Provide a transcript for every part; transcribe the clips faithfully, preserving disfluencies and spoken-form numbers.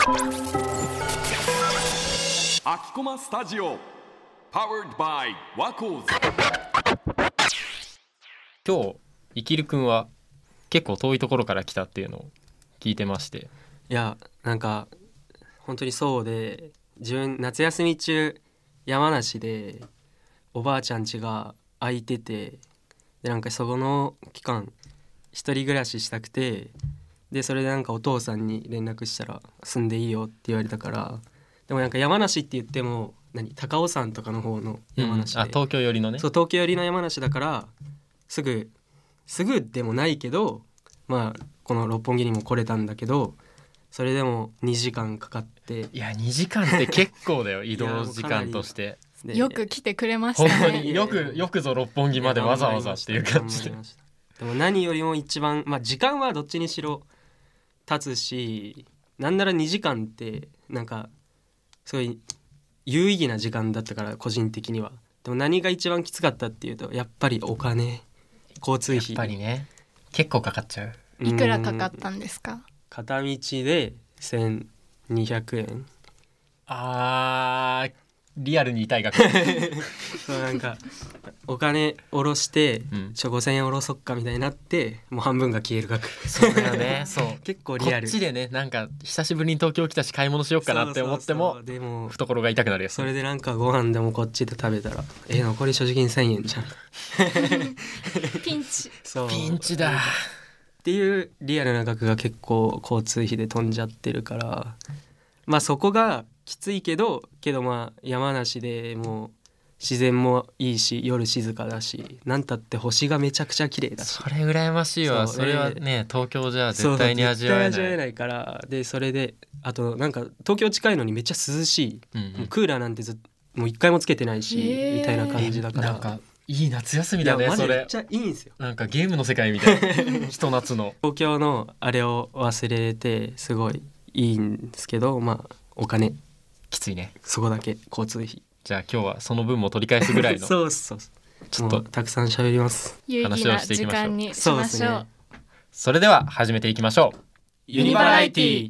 秋駒スタジオ Powered by ワコーズ。 今日いきるくんは結構遠いところから来たっていうのを聞いてまして。 いやなんか本当にそうで、自分夏休み中山梨でおばあちゃん家が空いてて、でなんかそこの期間一人暮らししたくて、でそれでなんかお父さんに連絡したら住んでいいよって言われたから。でもなんか山梨って言っても何高尾山とかの方の山梨で、 うん、あ東京寄りのね。 そう東京寄りの山梨だからすぐすぐでもないけど、まあこの六本木にも来れたんだけど、それでもにじかんかかって。 いやにじかんって結構だよ移動時間としてよく来てくれましたね。 本当によくよくぞ六本木までわざわざっていう感じで。 でも何よりも一番、まあ、時間はどっちにしろ経つし、なんならにじかんってなんかすごい有意義な時間だったから、個人的には。でも何が一番きつかったっていうと、やっぱりお金、交通費。 やっぱりね結構かかっちゃう。 いくらかかったんですか？ 片道でせんにひゃくえん。 あーリアルに痛い額そうなんかお金下ろして、うん、ちょごせんえん下ろそっかみたいになって、もう半分が消える額。 そうだよねそう結構リアル。 こっちでね、なんか久しぶりに東京来たし買い物しようかなって思っても、そうそうそう、でも懐が痛くなるやつ。 それでなんかご飯でもこっちで食べたらえ残り所持金せんえんじゃんピンチ。 そうピンチだっていうリアルな額が結構交通費で飛んじゃってるから、まあそこがきついけどけどまあ山梨でもう自然もいいし、夜静かだし、なんたって星がめちゃくちゃ綺麗だし。 それ羨ましいわ。 そ, それはね東京じゃ絶対に味わえない。 絶対味わえないから。でそれであとなんか東京近いのにめっちゃ涼しい、うんうん、もうクーラーなんてずもう一回もつけてないしみたいな感じだから。 なんかいい夏休みだね。それめっちゃいいんですよ。 なんかゲームの世界みたいなひと夏の東京のあれを忘れてすごいいいんですけど、まあお金きついね。 そこだけ交通費。 じゃあ今日はその分も取り返すぐらいのそうそうちょっとたくさん喋ります。 有意義な時間にしましょう。 そ, それでは始めていきましょう。 ユニバラエティ。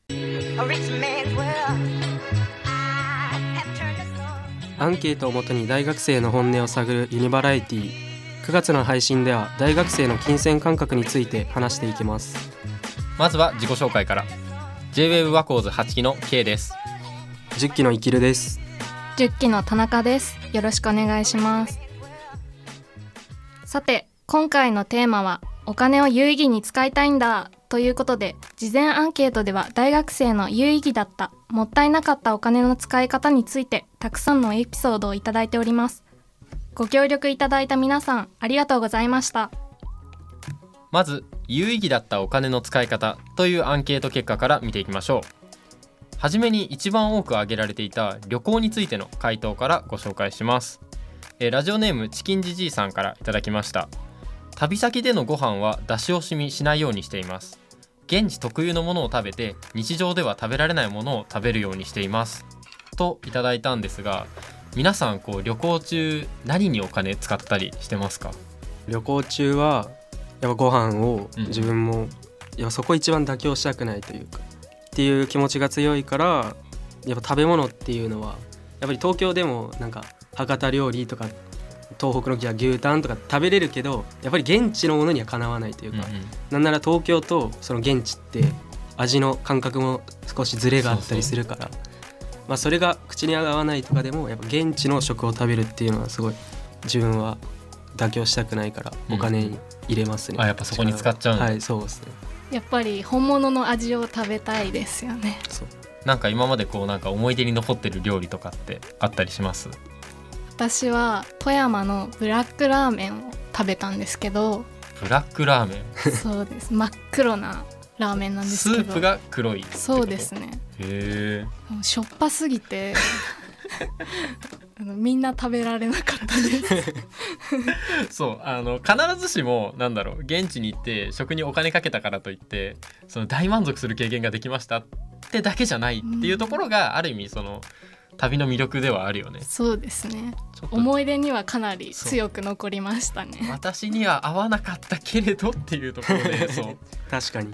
アンケートをもとに大学生の本音を探るユニバラエティ。くがつの配信では大学生の金銭感覚について話していきます。 まずは自己紹介から。 ジェイウェーブ ワコーズはちきの K です。 じゅっきのいきるです。 じゅっきの田中です。よろしくお願いします。さて今回のテーマはお金を有意義に使いたいんだということで、事前アンケートでは大学生の有意義だった、もったいなかったお金の使い方についてたくさんのエピソードをいただいております。ご協力いただいた皆さんありがとうございました。 まず有意義だったお金の使い方というアンケート結果から見ていきましょう。はじめに一番多く挙げられていた旅行についての回答からご紹介します。えラジオネームチキンジジイさんからいただきました。旅先でのご飯は出し惜しみしないようにしています。現地特有のものを食べて日常では食べられないものを食べるようにしていますといただいたんですが、皆さんこう旅行中何にお金使ったりしてますか？ 旅行中はやっぱご飯を自分も、うん、いやそこ一番妥協したくないというかっていう気持ちが強いから、やっぱ食べ物っていうのはやっぱり東京でもなんか博多料理とか東北の牛タンとか食べれるけど、やっぱり現地のものにはかなわないというか、うんうん、なんなら東京とその現地って味の感覚も少しズレがあったりするから、そうそう、まあ、それが口に合わないとかでもやっぱ現地の食を食べるっていうのはすごい自分は妥協したくないからお金に入れますね、 うん、あやっぱそこに使っちゃうんだ。 はいそうですね。 やっぱり本物の味を食べたいですよね。 そうなんか今までこうなんか思い出に残ってる料理とかってあったりします？ 私は富山のブラックラーメンを食べたんですけど。 ブラックラーメンそうです。真っ黒なラーメンなんですけどスープが黒いってこと？ そうですね。 へー、 しょっぱすぎてあのみんな食べられなかったですそうあの必ずしもなんだろう現地に行って食にお金かけたからといってその大満足する経験ができましたってだけじゃないっていうところが、うん、ある意味その旅の魅力ではあるよね。 そうですね。思い出にはかなり強く残りましたね。 私には合わなかったけれどっていうところでそう確かに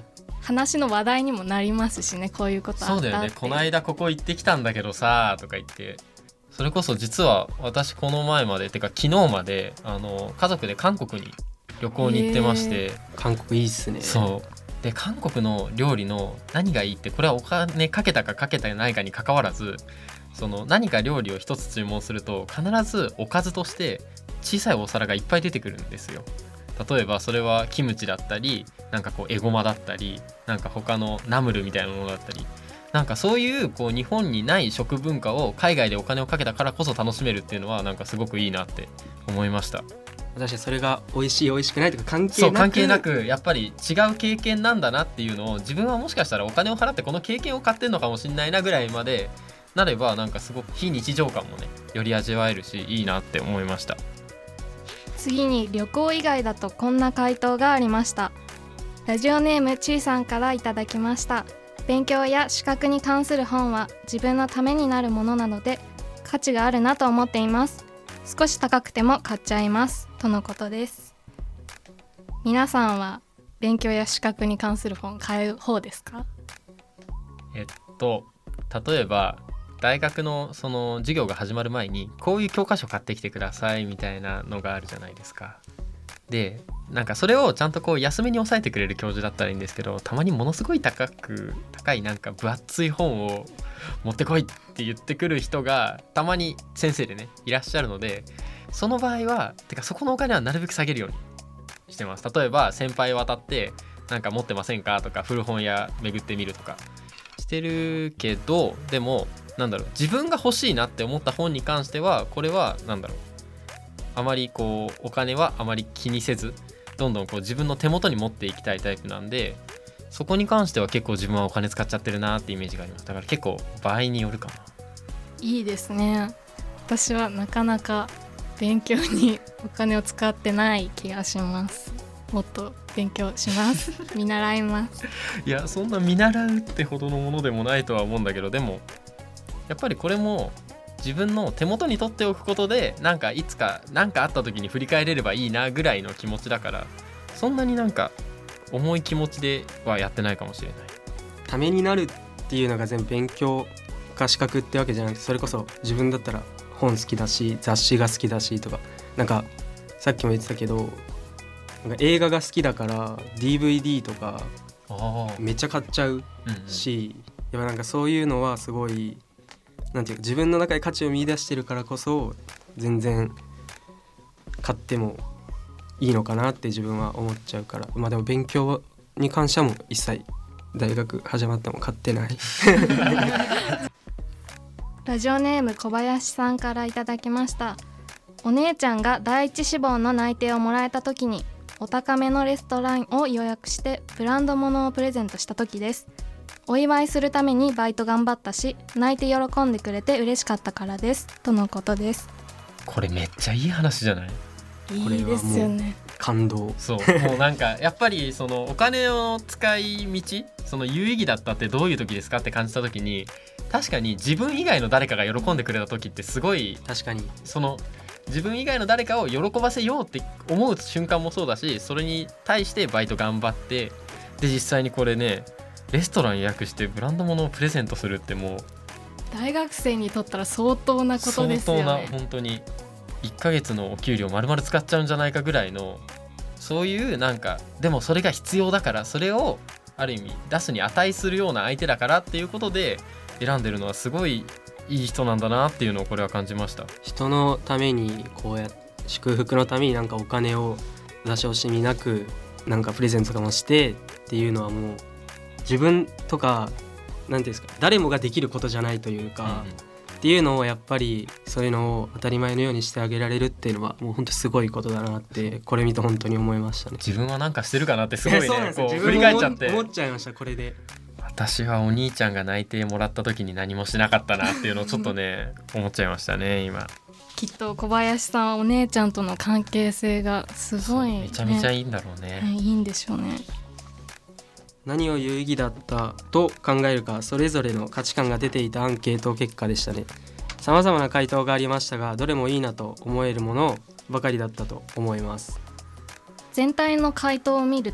話の話題にもなりますしね、こういうことあったって。 そうだよね、この間ここ行ってきたんだけどさとか言って、それこそ実は私この前までてか昨日まであの家族で韓国に旅行に行ってまして、 韓国いいっすね。 そうで、韓国の料理の何がいいって、これはお金かけたかかけてないかにかかわらず、その何か料理を一つ注文すると必ずおかずとして小さいお皿がいっぱい出てくるんですよ。例えばそれはキムチだったり、なんかこうエゴマだったり、なんか他のナムルみたいなものだったり、なんかそういうこう日本にない食文化を海外でお金をかけたからこそ楽しめるっていうのはなんかすごくいいなって思いました。 私はそれが美味しい美味しくないとか関係なく、 そう関係なくやっぱり違う経験なんだなっていうのを、自分はもしかしたらお金を払ってこの経験を買ってんのかもしれないなぐらいまでなれば、なんかすごく非日常感もねより味わえるしいいなって思いました。 次に旅行以外だとこんな回答がありました。ラジオネームちーさんからいただきました。勉強や資格に関する本は自分のためになるものなので価値があるなと思っています。少し高くても買っちゃいますとのことです。皆さんは勉強や資格に関する本買う方ですか？ えっと例えば大学のその授業が始まる前にこういう教科書買ってきてくださいみたいなのがあるじゃないですか。でなんかそれをちゃんとこう安めに抑えてくれる教授だったらいいんですけど、たまにものすごい高く高いなんか分厚い本を持ってこいって言ってくる人がたまに先生でねいらっしゃるので、その場合はてかそこのお金はなるべく下げるようにしてます。例えば先輩を当たってなんか持ってませんかとか古本屋巡ってみるとかしてるけど、でもなんだろう、自分が欲しいなって思った本に関してはこれはなんだろう、あまりこうお金はあまり気にせずどんどんこう自分の手元に持っていきたいタイプなんで、そこに関しては結構自分はお金使っちゃってるなってイメージがあります。だから結構場合によるかな。 いいですね。私はなかなか勉強にお金を使ってない気がします。もっと勉強します見習います。 いやそんな見習うってほどのものでもないとは思うんだけど、でもやっぱりこれも自分の手元に取っておくことでなんかいつか何かあった時に振り返れればいいなぐらいの気持ちだから、そんなになんか重い気持ちではやってないかもしれない。 ためになるっていうのが全部勉強か資格ってわけじゃなくて、それこそ自分だったら本好きだし雑誌が好きだしとか、なんかさっきも言ってたけどなんか映画が好きだから ディーブイディー とかめっちゃ買っちゃうし、うんうん、やっぱなんかそういうのはすごいなんていうか自分の中で価値を見出してるからこそ全然買ってもいいのかなって自分は思っちゃうから、まあでも勉強に関してはもう一切大学始まっても買ってないラジオネーム小林さんからいただきました。お姉ちゃんが第一志望の内定をもらえた時にお高めのレストランを予約してブランド物をプレゼントした時です。お祝いするためにバイト頑張ったし泣いて喜んでくれて嬉しかったからですとのことです。 これめっちゃいい話じゃない？ いいですよね。 感動。 そうもうなんかやっぱりそのお金の使い道、その有意義だったってどういう時ですかって感じた時に、確かに自分以外の誰かが喜んでくれた時ってすごい、 確かにその自分以外の誰かを喜ばせようって思う瞬間もそうだし、それに対してバイト頑張ってで実際にこれねレストラン予約してブランド物をプレゼントするってもう大学生にとったら相当なことですよね。 相当な本当にいっかげつのお給料丸々使っちゃうんじゃないかぐらいの、そういうなんかでもそれが必要だから、それをある意味出すに値するような相手だからっていうことで選んでるのはすごいいい人なんだなっていうのをこれは感じました。 人のためにこうやって祝福のためになんかお金を出し惜しみなくなんかプレゼントとかもしてっていうのはもう自分とかなんていうんですか、誰もができることじゃないというか、うんうん、っていうのをやっぱりそういうのを当たり前のようにしてあげられるっていうのはもう本当すごいことだなってこれ見て本当に思いましたね。 自分はなんかしてるかなってすごいねこう自分振り返っちゃって思っちゃいました。これで私はお兄ちゃんが内定もらった時に何もしなかったなっていうのをちょっとね思っちゃいましたね今。 きっと小林さんはお姉ちゃんとの関係性がすごい、ね、 めちゃめちゃいいんだろうね、 いいんでしょうね。 何を有意義だったと考えるか、それぞれの価値観が出ていたアンケート結果でしたね。様々な回答がありましたが、どれもいいなと思えるものばかりだったと思います。 全体の回答を見ると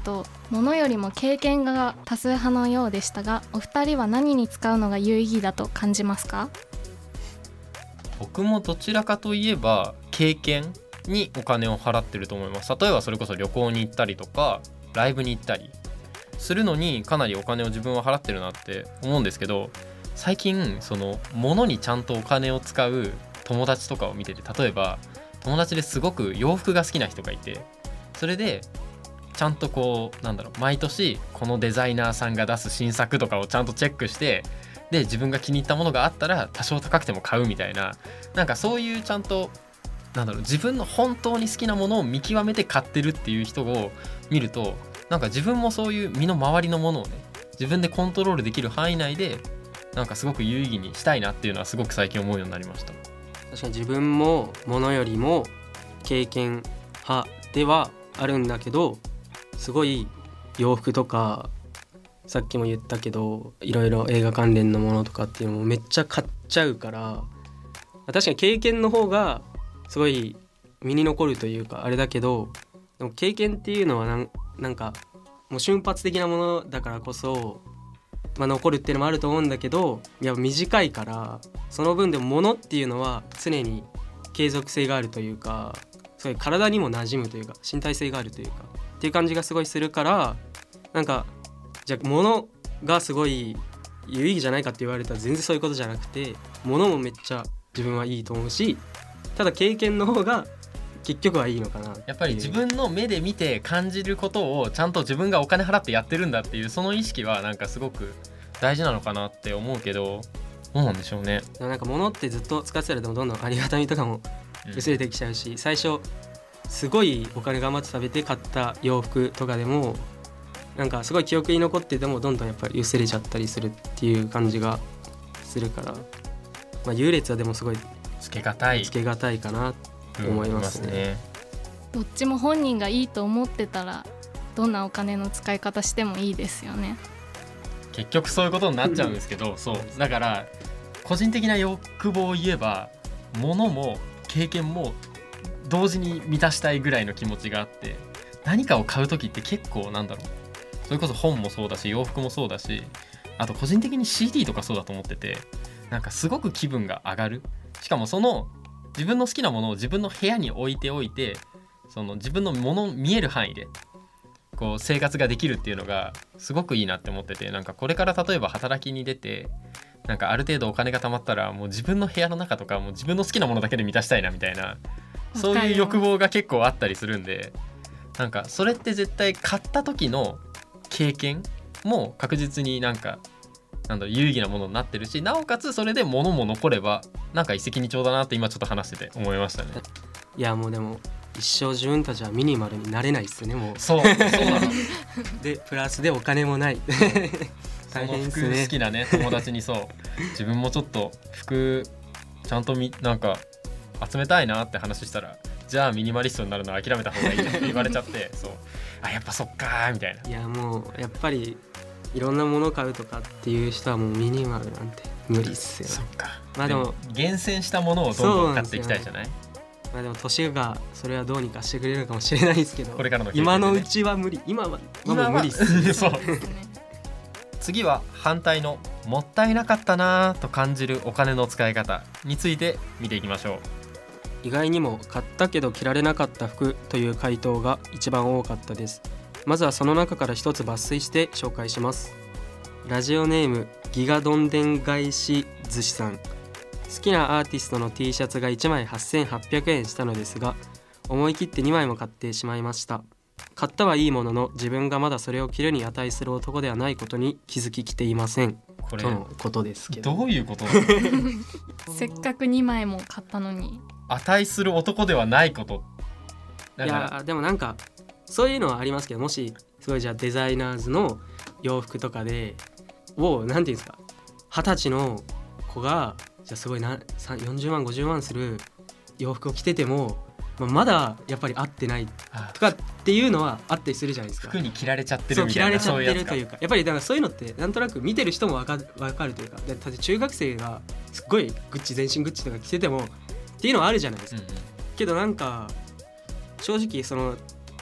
物よりも経験が多数派のようでしたが、お二人は何に使うのが有意義だと感じますか？ 僕もどちらかといえば経験にお金を払ってると思います。例えばそれこそ旅行に行ったりとかライブに行ったりするのにかなりお金を自分は払ってるなって思うんですけど、最近その物にちゃんとお金を使う友達とかを見てて、例えば友達ですごく洋服が好きな人がいて、それでちゃんとこうなんだろう毎年このデザイナーさんが出す新作とかをちゃんとチェックして、で自分が気に入ったものがあったら多少高くても買うみたいな、なんかそういうちゃんとなんだろう自分の本当に好きなものを見極めて買ってるっていう人を見ると、なんか自分もそういう身の回りのものをね自分でコントロールできる範囲内でなんかすごく有意義にしたいなっていうのはすごく最近思うようになりました。 確かに自分も物よりも経験派ではあるんだけど、すごい洋服とかさっきも言ったけどいろいろ映画関連のものとかっていうのもめっちゃ買っちゃうから、確かに経験の方がすごい身に残るというかあれだけど、でも経験っていうのはなん、なんかもう瞬発的なものだからこそ、まあ、残るっていうのもあると思うんだけど、いや短いからその分でも物っていうのは常に継続性があるというか、すごい体にも馴染むというか身体性があるというかっていう感じがすごいするから、なんかじゃあ物がすごい有意義じゃないかって言われたら全然そういうことじゃなくて、物もめっちゃ自分はいいと思うし、ただ経験の方が結局はいいのかな。 やっぱり自分の目で見て感じることをちゃんと自分がお金払ってやってるんだっていうその意識はなんかすごく大事なのかなって思うけど、どうなんでしょうね。 なんか物ってずっと使ってたらでもどんどんありがたみとかも薄れてきちゃうし、うん、最初すごいお金頑張って食べて買った洋服とかでもなんかすごい記憶に残っててもどんどんやっぱり薄れちゃったりするっていう感じがするから、まあ、優劣はでもすごいつけがたいつけがたいかなと思いますね、うん、ますね。 どっちも本人がいいと思ってたらどんなお金の使い方してもいいですよね。 結局そういうことになっちゃうんですけど、そうだから個人的な欲望を言えば物も経験も同時に満たしたいぐらいの気持ちがあって、何かを買う時って結構なんだろう、それこそ本もそうだし洋服もそうだし、あと個人的に シーディー とかそうだと思ってて、なんかすごく気分が上がる。しかもその自分の好きなものを自分の部屋に置いておいて、その自分のもの見える範囲でこう生活ができるっていうのがすごくいいなって思ってて、なんかこれから例えば働きに出てなんかある程度お金が貯まったらもう自分の部屋の中とかもう自分の好きなものだけで満たしたいなみたいな、そういう欲望が結構あったりするんで、なんかそれって絶対買った時の経験も確実になんかなんだろう有意義なものになってるし、なおかつそれで物も残ればなんか一石二鳥だなって今ちょっと話してて思いましたね。 いやもうでも一生自分たちはミニマルになれないっすね。もうそうそうなのでプラスでお金もない大変ですね。その服好きなね友達にそう自分もちょっと服ちゃんとみなんか集めたいなって話したら、じゃあミニマリストになるのは諦めた方がいいって言われちゃってそうあやっぱそっかーみたいな。 いやもうやっぱりいろんなもの買うとかっていう人はもうミニマルなんて無理っすよ。 そっか。 まあでも厳選したものをどんどん買っていきたいじゃない。 まあでも年がそれはどうにかしてくれるかもしれないですけど、 これからの、ね、 今のうちは無理。今は今も無理っす。 そう次は反対のもったいなかったなと感じるお金の使い方について見ていきましょう。 意外にも買ったけど着られなかった服という回答が一番多かったです。まずはその中から一つ抜粋して紹介します。ラジオネームギガどんでん返し寿司さん。好きなアーティストの T シャツがいちまいはっせんはっぴゃくえんしたのですが、思い切ってにまいも買ってしまいました。買ったはいいものの自分がまだそれを着るに値する男ではないことに気づききていません。これとのことですけど、 どういうことせっかくにまいも買ったのに値する男ではないことだから。いやでもなんかそういうのはありますけど、もしすごいじゃあデザイナーズの洋服とかでをなんていうんですか、二十歳の子がじゃあすごいなよんじゅうまんごじゅうまんする洋服を着てても、まあ、まだやっぱり合ってないとかっていうのはあったりするじゃないですか。 服に着られちゃってるみたいな。そう着られちゃってるというか、やっぱりだからそういうのってなんとなく見てる人も分かる、分かるというか、だって中学生がすっごいグッチ全身グッチとか着ててもっていうのはあるじゃないですか、うんうん、けどなんか正直その好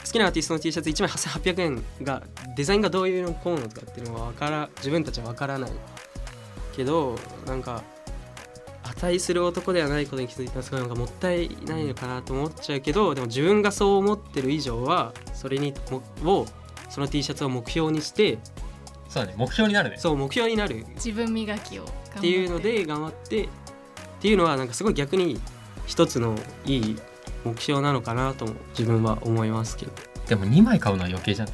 好きなアーティストの T シャツいちまいはっせんはっぴゃくえんがデザインがどういうのこうのとかっていうのは分から自分たちは分からないけど、なんか値する男ではないことに気づいたらすごいなんかもったいないのかなと思っちゃうけど、でも自分がそう思ってる以上はそれにもをその T シャツを目標にして、 そうだね、目標になるね。 そう目標になる自分磨きを頑張ってっていうので頑張ってっていうのはなんかすごい逆に一つのいい目標なのかなとも自分は思いますけど。 でもにまい買うのは余計じゃない？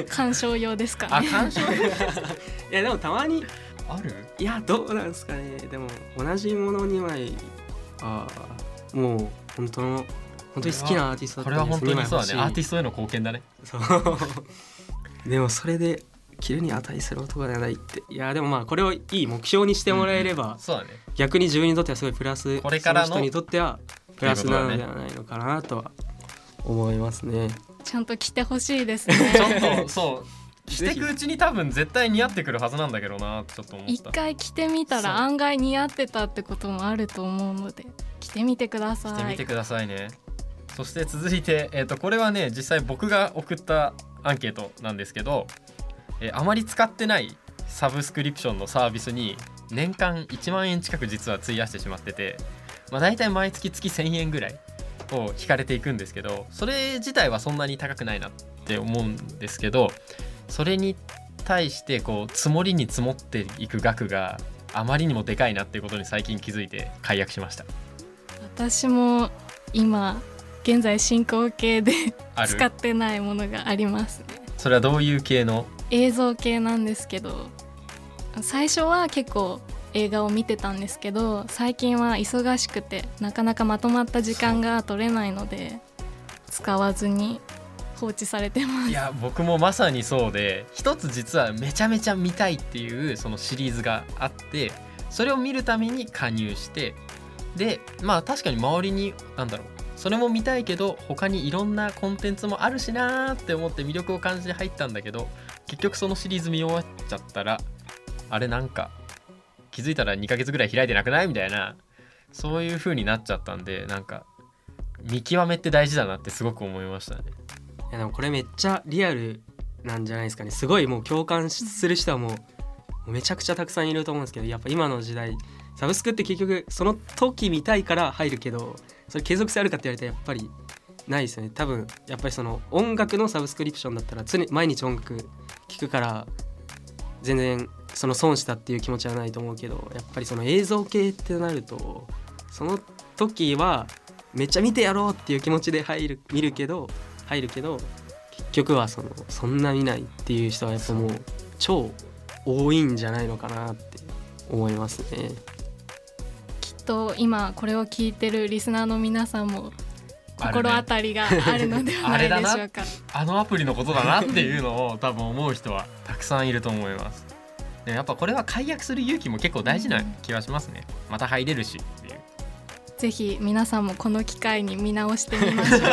鑑賞用ですかね。 あ、鑑賞用いやでもたまにある？ いやどうなんですかね。でも同じものにまいあもう本当の本当に好きなアーティストだったらこれは本当にそうだね。アーティスストへの貢献だね。 そうでもそれで着るに値する男ではないって、いやでもまあこれをいい目標にしてもらえれば、 うん、そうだね。 逆に自分にとってはすごいプラス、 これからのその人にとってはプラスなのではないのかなとは思いますね。 ちゃんと着てほしいですね。 ちょっとそう着てくうちに多分絶対似合ってくるはずなんだけどなってちょっと思った。 一回着てみたら案外似合ってたってこともあると思うので着てみてください。 着てみてくださいね。そして続いて、えーと、これはね実際僕が送ったアンケートなんですけど、えー、あまり使ってないサブスクリプションのサービスに年間いちまんえん近く実は費やしてしまってて、まあ、大体毎月月せんえんぐらいを引かれていくんですけど、それ自体はそんなに高くないなって思うんですけど、それに対してこう積もりに積もっていく額があまりにもでかいなっていうことに最近気づいて解約しました。 私も今現在進行形で使ってないものがありますね。 それはどういう系の？ 映像系なんですけど、最初は結構映画を見てたんですけど、最近は忙しくてなかなかまとまった時間が取れないので使わずに放置されてます。 いや僕もまさにそうで、一つ実はめちゃめちゃ見たいっていうそのシリーズがあって、それを見るために加入して、でまあ確かに周りになんだろう、それも見たいけど他にいろんなコンテンツもあるしなーって思って魅力を感じて入ったんだけど、結局そのシリーズ見終わっちゃったらあれなんか気づいたらにかげつぐらい開いてなくないみたいな、そういう風になっちゃったんで、なんか見極めって大事だなってすごく思いましたね。 いやでもこれめっちゃリアルなんじゃないですかね。すごいもう共感する人はもう、もうめちゃくちゃたくさんいると思うんですけど、やっぱ今の時代サブスクって結局その時見たいから入るけど、それ継続性あるかって言われたらやっぱりないですよね。多分やっぱりその音楽のサブスクリプションだったら常に毎日音楽聴くから全然その損したっていう気持ちはないと思うけど、やっぱりその映像系ってなるとその時はめっちゃ見てやろうっていう気持ちで入る見るけど入るけど結局はそのそんな見ないっていう人はやっぱもう超多いんじゃないのかなって思いますね。 きっと今これを聞いてるリスナーの皆さんも心当たりがあるのではないでしょうか。 あ, あのアプリのことだなっていうのを多分思う人はたくさんいると思います。でやっぱこれは解約する勇気も結構大事な気はしますね。また入れるしっていう。 ぜひ皆さんもこの機会に見直してみましょう。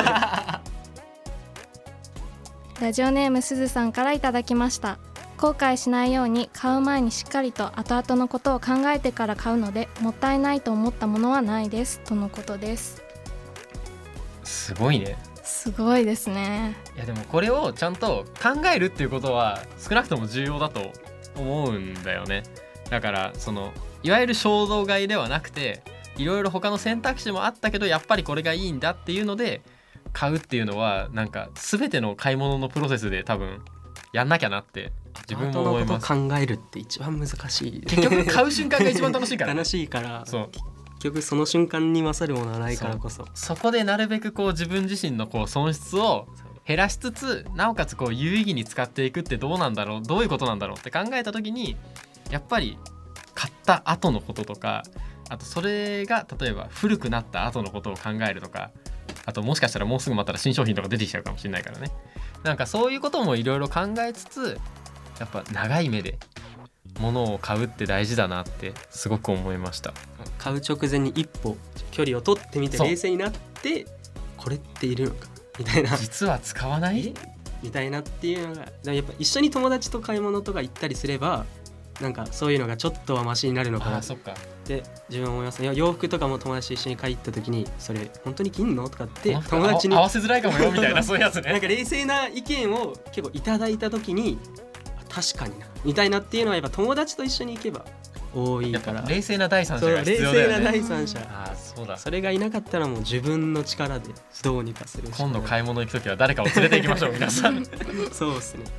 ラジオネームすずさんからいただきました。後悔しないように買う前にしっかりと後々のことを考えてから買うので、もったいないと思ったものはないですとのことです。 すごいね。 すごいですね。 いやでもこれをちゃんと考えるっていうことは少なくとも重要だと思うんだよね。だからそのいわゆる衝動買いではなくて、いろいろ他の選択肢もあったけどやっぱりこれがいいんだっていうので買うっていうのは、なんか全ての買い物のプロセスで多分やんなきゃなって自分も思います。 後のこと考えるって一番難しい。 結局買う瞬間が一番楽しいから、ね、 楽しいからそう結局その瞬間に勝るものはないからこそそ, そこでなるべくこう自分自身のこう損失を減らしつつ、なおかつこう有意義に使っていくってどうなんだろう、どういうことなんだろうって考えた時に、やっぱり買った後のこととか、あとそれが例えば古くなった後のことを考えるとか、あともしかしたらもうすぐまたら新商品とか出てきちゃうかもしれないからね。なんかそういうこともいろいろ考えつつ、やっぱ長い目で物を買うって大事だなってすごく思いました。 買う直前に一歩距離を取ってみて冷静になって、これっているのかみたいな、 実は使わないみたいなっていうのが、やっぱ一緒に友達と買い物とか行ったりすればなんかそういうのがちょっとはマシになるのかなあそっかって自分は思います。いや洋服とかも友達と一緒に帰った時にそれ本当に着んのとかってこの服友達に合わせづらいかもよみたいなそういうやつなんねか冷静な意見を結構いただいた時に確かになみたいなっていうのはやっぱ友達と一緒に行けば多いやっぱから冷静な第三そう者が必冷静な要だよね第三者あそうだそれがいなかったらもう自分の力でどうにかするしかない今度買い物行くときは誰かを連れて行きましょう皆さんそうですね。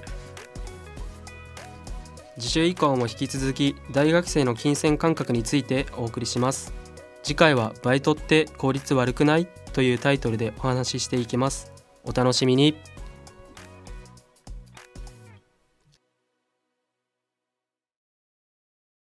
次週以降も引き続き大学生の金銭感覚についてお送りします。次回はバイトって効率悪くないというタイトルでお話ししていきます。お楽しみに。